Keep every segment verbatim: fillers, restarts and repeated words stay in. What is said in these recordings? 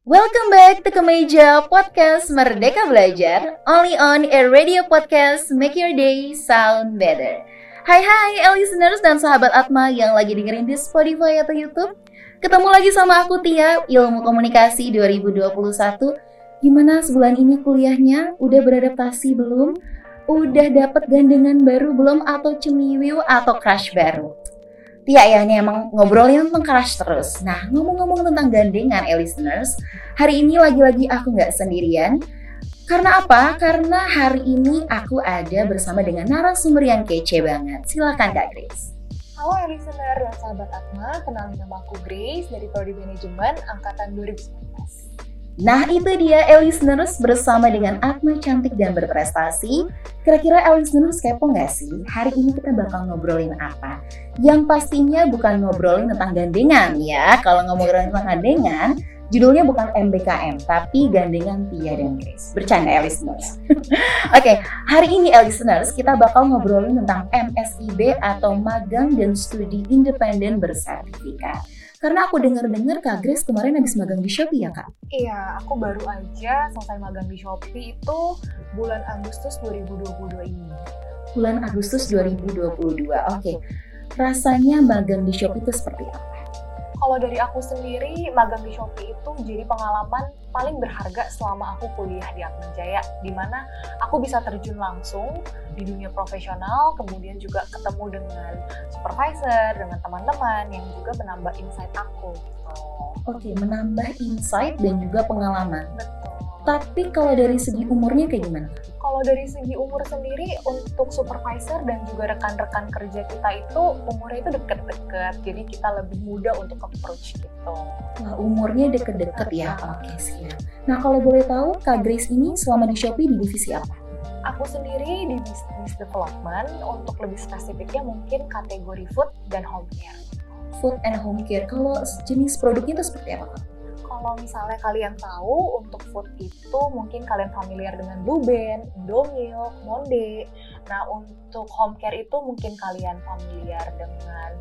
Welcome back to Kemeja Podcast Merdeka Belajar, only on a radio podcast make your day sound better. Hai hai listeners dan sahabat Atma yang lagi dengerin di Spotify atau YouTube. Ketemu lagi sama aku Tia, Ilmu Komunikasi dua ribu dua puluh satu. Gimana sebulan ini kuliahnya? Udah beradaptasi belum? Udah dapet gandengan baru belum? Atau cemiwiu atau crush baru? Tia ya, ini emang ngobrolin tentang crush terus. Nah, ngomong-ngomong tentang gandengan, eh, listeners, hari ini lagi-lagi aku nggak sendirian. Karena apa? Karena hari ini aku ada bersama dengan narasumber yang kece banget. Silakan Kak Grace. Halo listener dan sahabat Atma, kenalin nama aku Grace dari Prodi Manajemen Angkatan dua ribu sembilan belas. Nah itu dia eh, listeners, bersama dengan Atma cantik dan berprestasi. Kira-kira eh, listeners kepo gak sih? Hari ini kita bakal ngobrolin apa? Yang pastinya bukan ngobrolin tentang gandengan ya. Kalau ngobrolin tentang gandengan, judulnya bukan M B K M, tapi gandengan Tia dan Grace. Bercanda eh, listeners. Oke, okay, hari ini eh, listeners kita bakal ngobrolin tentang M S I B atau Magang dan Studi Independen Bersertifikat. Karena aku dengar-dengar Kak Grace kemarin habis magang di Shopee ya Kak? Iya, aku baru aja selesai magang di Shopee itu bulan Agustus dua ribu dua puluh dua ini. Bulan Agustus dua ribu dua puluh dua, oke. Okay. Rasanya magang di Shopee itu seperti apa? Kalau dari aku sendiri, magang di Shopee itu jadi pengalaman paling berharga selama aku kuliah di Atmajaya, di mana aku bisa terjun langsung di dunia profesional, kemudian juga ketemu dengan supervisor, dengan teman-teman yang juga menambah insight aku. Gitu. Oke, menambah insight dan juga pengalaman. Betul. Tapi kalau dari segi umurnya kayak gimana? Kalau dari segi umur sendiri, untuk supervisor dan juga rekan-rekan kerja kita itu umurnya itu deket-deket, jadi kita lebih mudah untuk approach gitu. Wah, umurnya deket-deket ya? Oke, siap. Nah, kalau boleh tahu, Kak Grace ini selama di Shopee di divisi apa? Aku sendiri di business development, untuk lebih spesifiknya mungkin kategori food dan home care. Food and home care, kalau jenis produknya itu seperti apa Kak? Kalau misalnya kalian tahu untuk food itu mungkin kalian familiar dengan Blue Band, Indomilk, Monde. Nah untuk home care itu mungkin kalian familiar dengan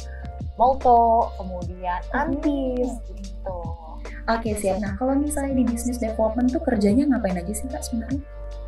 Molto, kemudian Antis gitu. Oke siap. Nah kalau misalnya di business development tuh kerjanya ngapain aja sih Kak sebenarnya?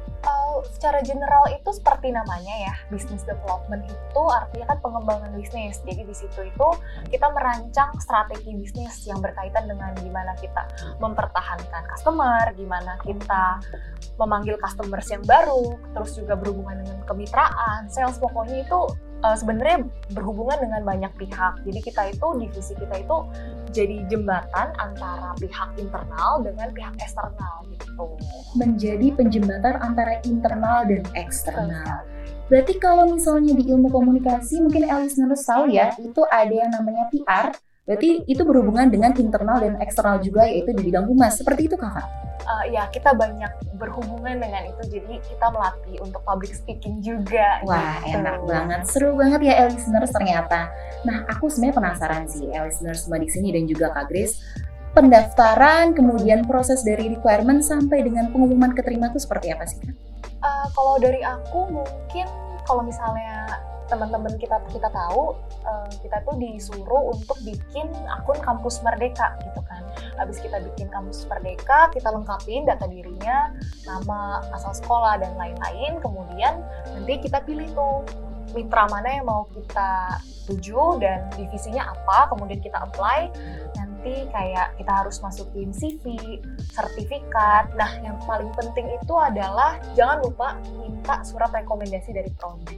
Uh, secara general itu seperti namanya ya, business development itu artinya kan pengembangan bisnis. Jadi di situ itu kita merancang strategi bisnis yang berkaitan dengan gimana kita mempertahankan customer, gimana kita memanggil customers yang baru, terus juga berhubungan dengan kemitraan, sales, pokoknya itu uh, sebenarnya berhubungan dengan banyak pihak. Jadi kita itu, divisi kita itu jadi jembatan antara pihak internal dengan pihak eksternal gitu. Menjadi penjembatan antara internal dan eksternal. Berarti kalau misalnya di ilmu komunikasi, mungkin listeners tahu ya, itu ada yang namanya P R. Berarti itu berhubungan dengan internal dan eksternal juga, yaitu di bidang humas. Seperti itu Kakak? Uh, ya, kita banyak berhubungan dengan itu, jadi kita melatih untuk public speaking juga. Wah, gitu. Enak banget, seru banget ya listeners ternyata. Nah, aku sebenarnya penasaran sih listeners semua di sini dan juga Kak Grace. Pendaftaran, kemudian proses dari requirement sampai dengan pengumuman keterima itu seperti apa sih Kak? Uh, kalau dari aku mungkin kalau misalnya teman-teman kita kita tahu uh, kita tuh disuruh untuk bikin akun Kampus Merdeka gitu kan. Habis kita bikin Kampus Merdeka, kita lengkapin data dirinya, nama, asal sekolah dan lain-lain. Kemudian nanti kita pilih tuh mitra mana yang mau kita tuju dan divisinya apa. Kemudian kita apply. Nanti kayak kita harus masukin C V, sertifikat. Nah, yang paling penting itu adalah jangan lupa minta surat rekomendasi dari prodi.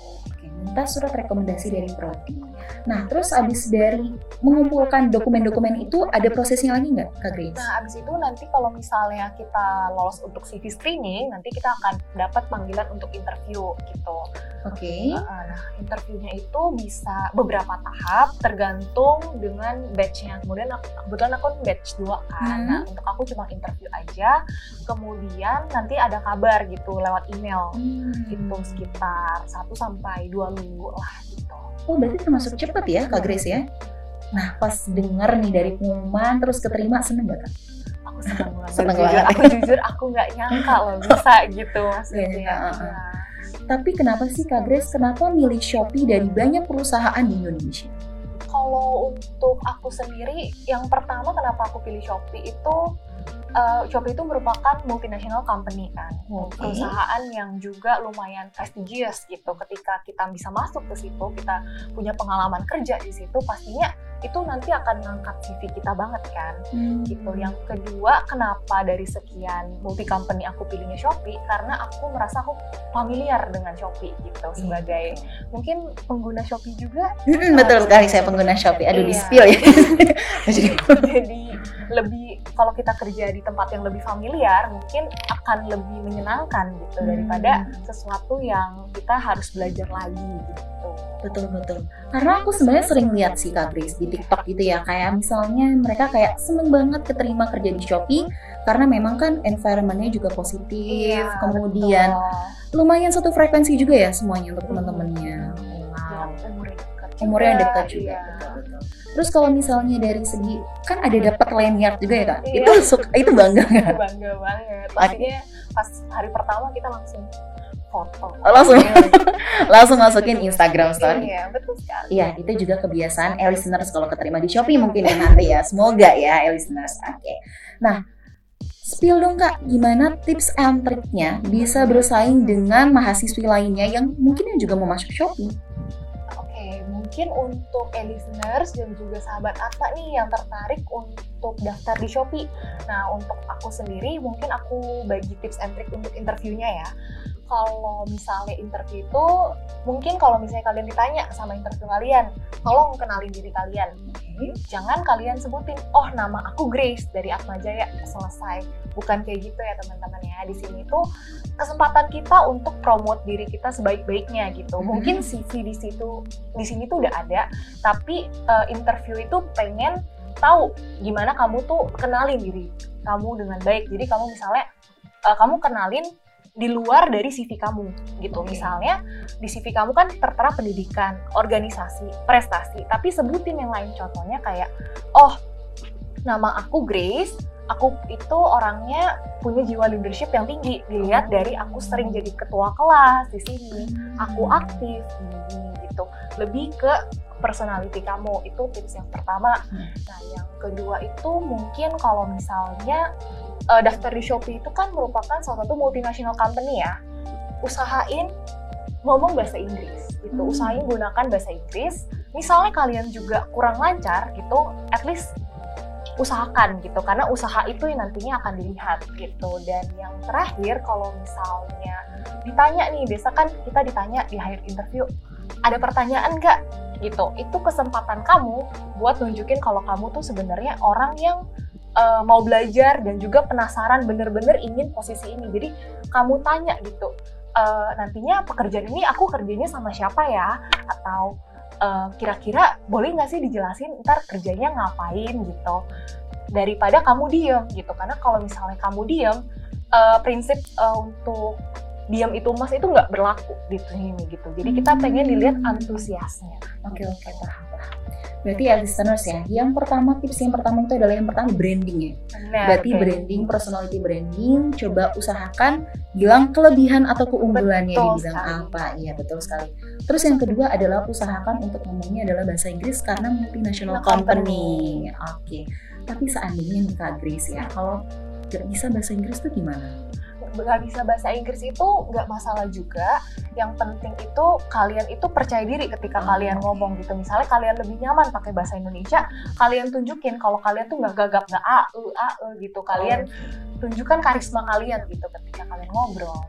Minta surat rekomendasi dari prodi. Nah, terus abis dari mengumpulkan dokumen-dokumen itu, ada prosesnya lagi nggak, Kak Grace? Nah, abis itu nanti kalau misalnya kita lolos untuk C V screening, nanti kita akan dapat panggilan untuk interview gitu. Oke. Okay. Nah, interviewnya itu bisa beberapa tahap, tergantung dengan batch-nya. Kemudian aku, kebetulan aku batch dua kan. Hmm. Nah, untuk aku cuma interview aja. Kemudian nanti ada kabar gitu lewat email. Hmm. Itu sekitar satu sampai dua minggu lah gitu. Oh, berarti termasuk cepat ya Kak Grace ya? Nah, pas denger nih dari pengumuman terus keterima, seneng gak Kak? Aku seneng banget. Seneng jujur, banget. Aku jujur aku gak nyangka loh bisa gitu maksudnya. Ya, uh, uh. Tapi kenapa sih Kak Grace, kenapa milih Shopee dari banyak perusahaan di Indonesia? Kalau untuk aku sendiri, yang pertama kenapa aku pilih Shopee itu uh, Shopee itu merupakan multinational company kan, Okay. perusahaan yang juga lumayan prestigious gitu. Ketika kita bisa masuk ke situ, kita punya pengalaman kerja di situ, pastinya itu nanti akan mengangkat C V kita banget kan. Hmm. Gitu. Yang kedua, kenapa dari sekian multi company aku pilihnya Shopee? Karena aku merasa aku familiar dengan Shopee gitu, sebagai mungkin pengguna Shopee juga. Hmm, betul sekali, saya pengguna Shopee. Aduh, Iya. di spill ya. Jadi lebih, kalau kita kerja di tempat yang lebih familiar, mungkin akan lebih menyenangkan gitu, daripada sesuatu yang kita harus belajar lagi gitu. Betul betul. Karena aku sebenarnya sering lihat sih Kak Grace di TikTok gitu ya, kayak misalnya mereka kayak seneng banget keterima kerja di Shopee karena memang kan environment-nya juga positif, Iya, kemudian betul. lumayan satu frekuensi juga ya semuanya untuk teman-temannya. Yang umurnya dekat juga. Umurnya dekat juga, Iya. betul betul. Terus kalau misalnya dari segi kan ada dapat lanyard juga ya Kak, Iya. itu suka, itu bangga nggak? Bangga banget. Pastinya pas hari pertama kita langsung foto. Oh, langsung langsung masukin Instagram story. Iya, betul sekali. Iya, itu juga kebiasaan e-listeners kalau keterima di Shopee mungkin ya nanti ya. Semoga ya e-listeners. Oke. Nah, spill dong Kak, gimana tips and triknya bisa bersaing dengan mahasiswi lainnya yang mungkin juga mau masuk Shopee? Oke, mungkin untuk e-listeners dan juga sahabat Atma nih yang tertarik untuk daftar di Shopee. Nah, untuk aku sendiri mungkin aku bagi tips and trick untuk interviewnya ya. Kalau misalnya interview itu, mungkin kalau misalnya kalian ditanya sama interview kalian, tolong kenalin diri kalian. Okay. Jangan kalian sebutin, oh nama aku Grace dari Atma Jaya, selesai. Bukan kayak gitu ya teman-teman ya. Di sini tuh kesempatan kita untuk promote diri kita sebaik-baiknya gitu. Mungkin C V di situ, di sini tuh udah ada, tapi uh, interview itu pengen tahu gimana kamu tuh kenalin diri kamu dengan baik. Jadi kamu misalnya, uh, kamu kenalin di luar dari C V kamu gitu. Okay. Misalnya di C V kamu kan tertera pendidikan, organisasi, prestasi, tapi sebutin yang lain. Contohnya kayak, oh nama aku Grace, aku itu orangnya punya jiwa leadership yang tinggi, dilihat dari aku sering jadi ketua kelas di sini, aku aktif gini gitu. Lebih ke personality kamu, itu tips yang pertama. Nah, yang kedua itu mungkin kalau misalnya uh, daftar di Shopee itu kan merupakan salah satu multinational company ya. Usahain ngomong bahasa Inggris gitu. Hmm. Usahain gunakan bahasa Inggris. Misalnya kalian juga kurang lancar gitu, at least usahakan gitu, karena usaha itu yang nantinya akan dilihat gitu. Dan yang terakhir, kalau misalnya ditanya nih, biasa kan kita ditanya di akhir interview, ada pertanyaan nggak gitu, itu kesempatan kamu buat nunjukin kalau kamu tuh sebenarnya orang yang uh, mau belajar dan juga penasaran, bener-bener ingin posisi ini. Jadi kamu tanya gitu, uh, nantinya pekerjaan ini aku kerjanya sama siapa ya, atau Uh, kira-kira boleh nggak sih dijelasin ntar kerjanya ngapain gitu, daripada kamu diem gitu. Karena kalau misalnya kamu diem, uh, prinsip uh, untuk diam itu emas itu nggak berlaku di sini gitu. Jadi kita pengen dilihat antusiasnya. Oke oke, paham paham. Berarti ya listeners ya, yang pertama tips yang pertama itu adalah yang pertama branding ya. Nah, Berarti okay. branding, personality branding, coba usahakan bilang kelebihan atau keunggulannya Betul di bidang sekali. apa. Iya, betul sekali. Terus yang kedua adalah usahakan untuk ngomongnya adalah bahasa Inggris karena multinational company. Oke. Tapi seandainya nih Kak Grace ya, kalau nggak bisa bahasa Inggris tuh gimana? Nggak bisa bahasa Inggris itu nggak masalah juga. Yang penting itu kalian itu percaya diri ketika Hmm. kalian ngomong gitu. Misalnya kalian lebih nyaman pakai bahasa Indonesia, kalian tunjukin kalau kalian tuh nggak gagap, nggak a e a e gitu. Kalian tunjukkan karisma kalian gitu ketika kalian ngobrol.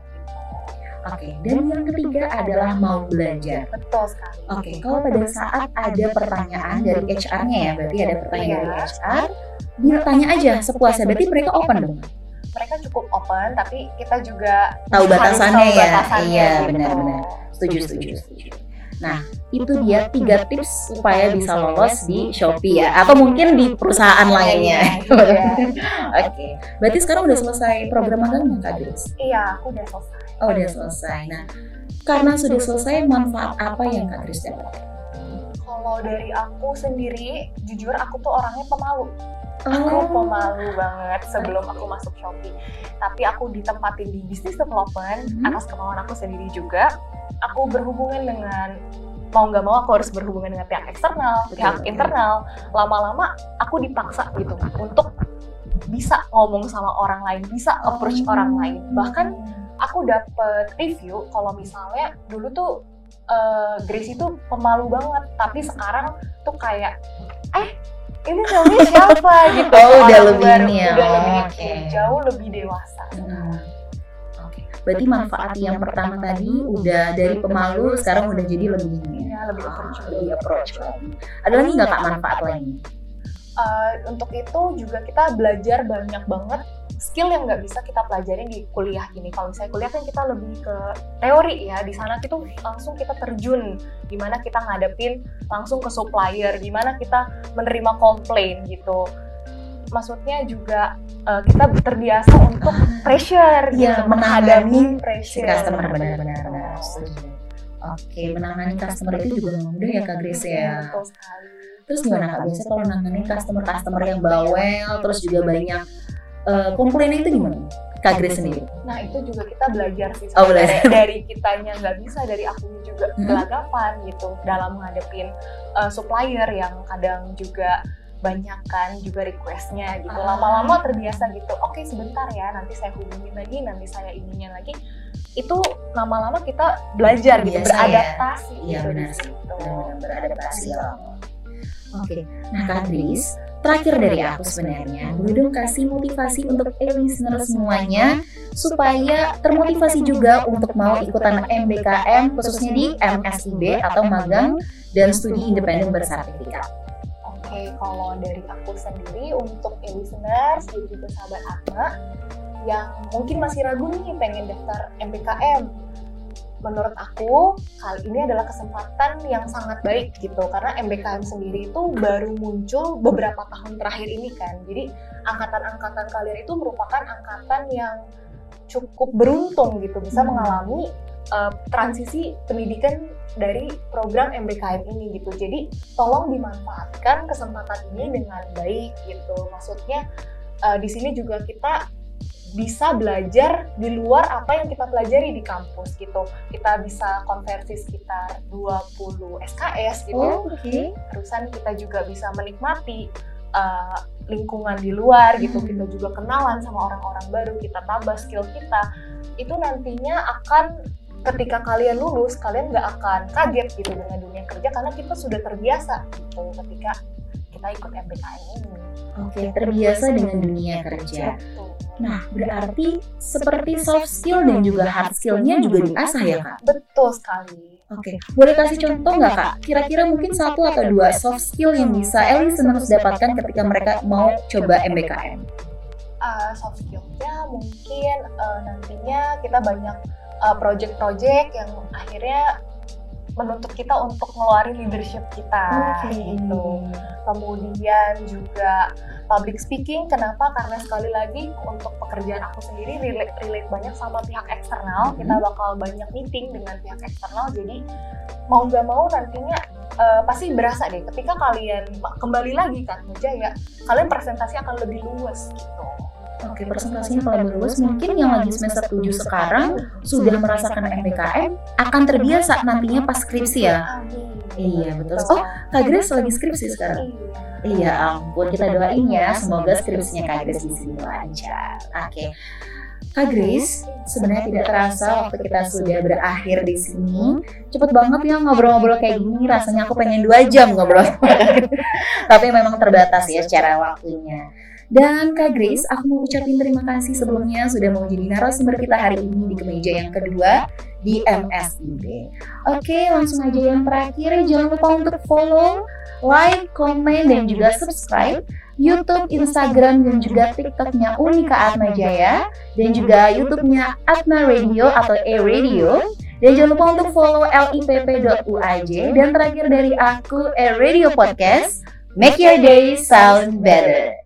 Oke. Dan yang ketiga adalah mau belajar. Betul sekali. Oke, kalau pada saat ada pertanyaan dari H R-nya ya, berarti ada pertanyaan Iya. dari H R, ditanya aja sepuasnya. Berarti mereka open dong. Mereka cukup open, tapi kita juga Tahu harus batasannya tahu ya. batasannya Iya, gitu. benar-benar. Setuju, setuju, setuju. Nah, itu dia tiga tips supaya bisa lolos di Shopee ya, atau mungkin di perusahaan lainnya. Iya. Oke, berarti sekarang udah selesai program magangnya Kak Grace? Iya, aku udah selesai. Oh, udah selesai. Nah, karena sudah selesai, manfaat apa yang Kak Grace dapat? Kalau dari aku sendiri, jujur aku tuh orangnya pemalu. Aku Oh. pemalu banget sebelum aku masuk Shopee. Tapi aku ditempatin di business development Hmm. atas kemauan aku sendiri juga. Aku berhubungan dengan, mau nggak mau aku harus berhubungan dengan pihak eksternal, Betul. pihak internal. Lama-lama aku dipaksa gitu untuk bisa ngomong sama orang lain, bisa approach Oh. orang lain. Bahkan aku dapet review kalau misalnya dulu tuh uh, Grace itu pemalu banget, tapi sekarang tuh kayak eh ini namanya siapa gitu. Oh, udah Orang lebih baru, ini ya. udah Oh, lebih oke. jauh lebih dewasa. Hmm. Oke. Berarti manfaat yang pertama tadi udah dari pemalu, sekarang udah jadi lebih ini. Ya, lebih approach. Lebih approach lagi. Ada lagi nggak Kak manfaat lain? Uh, untuk itu juga kita belajar banyak banget skill yang nggak bisa kita pelajarin di kuliah ini. Kalau misalnya kuliah kan kita lebih ke teori ya, di sana itu langsung kita terjun, gimana kita ngadepin langsung ke supplier, gimana kita menerima komplain gitu. Maksudnya juga uh, kita terbiasa untuk pressure, Iya, gitu, menghadapi menghadapi pressure. Si customer benar-benar. Oke, menangani customer itu juga nggak mudah ya Kak Grace ya. Betul sekali. Terus gimana Kak, biasanya kalau nanganin customer-customer yang bawel, terus juga banyak uh, komplain itu gimana? Kak Grace sendiri? Nah itu juga kita belajar sih Oh, dari, belajar. dari kitanya nggak bisa, dari akunya juga Hmm. gelagapan gitu dalam menghadapin uh, supplier yang kadang juga banyak kan juga requestnya gitu. Ah. Lama-lama terbiasa gitu, oke sebentar ya nanti saya hubungin lagi, nanti saya ininya lagi. Itu lama-lama kita belajar gitu, Biasa ya. beradaptasi Iya, gitu benar di sih. situ. Benar-benar beradaptasi ya. Oke, nah Kak Grace, terakhir dari aku sebenarnya, boleh dong kasih motivasi untuk listener semuanya supaya termotivasi juga untuk mau ikutan M B K M khususnya di M S I B atau magang dan studi independen bersertifikat. Oke, kalau dari aku sendiri untuk listeners dan juga sahabat Atma yang mungkin masih ragu nih pengen daftar M B K M, menurut aku kali ini adalah kesempatan yang sangat baik gitu, karena M B K M sendiri itu baru muncul beberapa tahun terakhir ini kan. Jadi angkatan-angkatan kalian itu merupakan angkatan yang cukup beruntung gitu bisa mengalami uh, transisi pendidikan dari program M B K M ini gitu. Jadi tolong dimanfaatkan kesempatan ini dengan baik gitu. Maksudnya uh, di sini juga kita bisa belajar di luar apa yang kita pelajari di kampus gitu. Kita bisa konversi sekitar dua puluh S K S gitu. Oh, oke. Okay. Terusan kita juga bisa menikmati uh, lingkungan di luar gitu. Hmm. Kita juga kenalan sama orang-orang baru, kita tambah skill kita. Itu nantinya akan ketika kalian lulus, kalian nggak akan kaget gitu dengan dunia kerja karena kita sudah terbiasa gitu ketika kita ikut M B K M ini. Oke, terbiasa dengan dunia kerja. Betul. Nah, berarti seperti soft skill dan juga hard skill-nya juga diasah ya Kak? Betul sekali. Oke, boleh kasih contoh nggak Kak? Kira-kira mungkin satu atau dua soft skill yang bisa listeners dapatkan ketika mereka mau coba M B K M? Uh, soft skill-nya mungkin uh, nantinya kita banyak uh, project-project yang akhirnya menuntut kita untuk ngeluarin leadership kita gitu. Kemudian juga public speaking, kenapa? Karena sekali lagi untuk pekerjaan aku sendiri relate, relate banyak sama pihak eksternal. Kita bakal banyak meeting dengan pihak eksternal, jadi mau nggak mau nantinya uh, pasti berasa deh ketika kalian kembali lagi kan kerja ya, kalian presentasi akan lebih luas gitu. Oke, presentasinya kalau luas, mungkin yang lagi semester tujuh sekarang sudah merasakan M B K M akan terbiasa nantinya pas skripsi ya? Amin. Iya, betul. Oh, Kak Grace lagi skripsi sekarang? Iya. Iya ampun, kita doain ya, semoga skripsinya Kak Grace di sini lancar. Oke, Kak Grace, sebenarnya tidak terasa waktu kita sudah berakhir di sini. Cepet banget ya ngobrol-ngobrol kayak gini, rasanya aku pengen dua jam ngobrol. Tapi memang terbatas ya secara waktunya. Dan Kak Grace, aku mau ucapin terima kasih sebelumnya sudah mau jadi narasumber kita hari ini di kemeja yang kedua di M S I B. Oke, langsung aja yang terakhir, jangan lupa untuk follow, like, komen, dan juga subscribe YouTube, Instagram, dan juga TikToknya Unika Atma Jaya, dan juga YouTube-nya Atma Radio atau E-Radio. Dan jangan lupa untuk follow lipp dot u a j. Dan terakhir dari aku, E-Radio Podcast, Make Your Day Sound Better.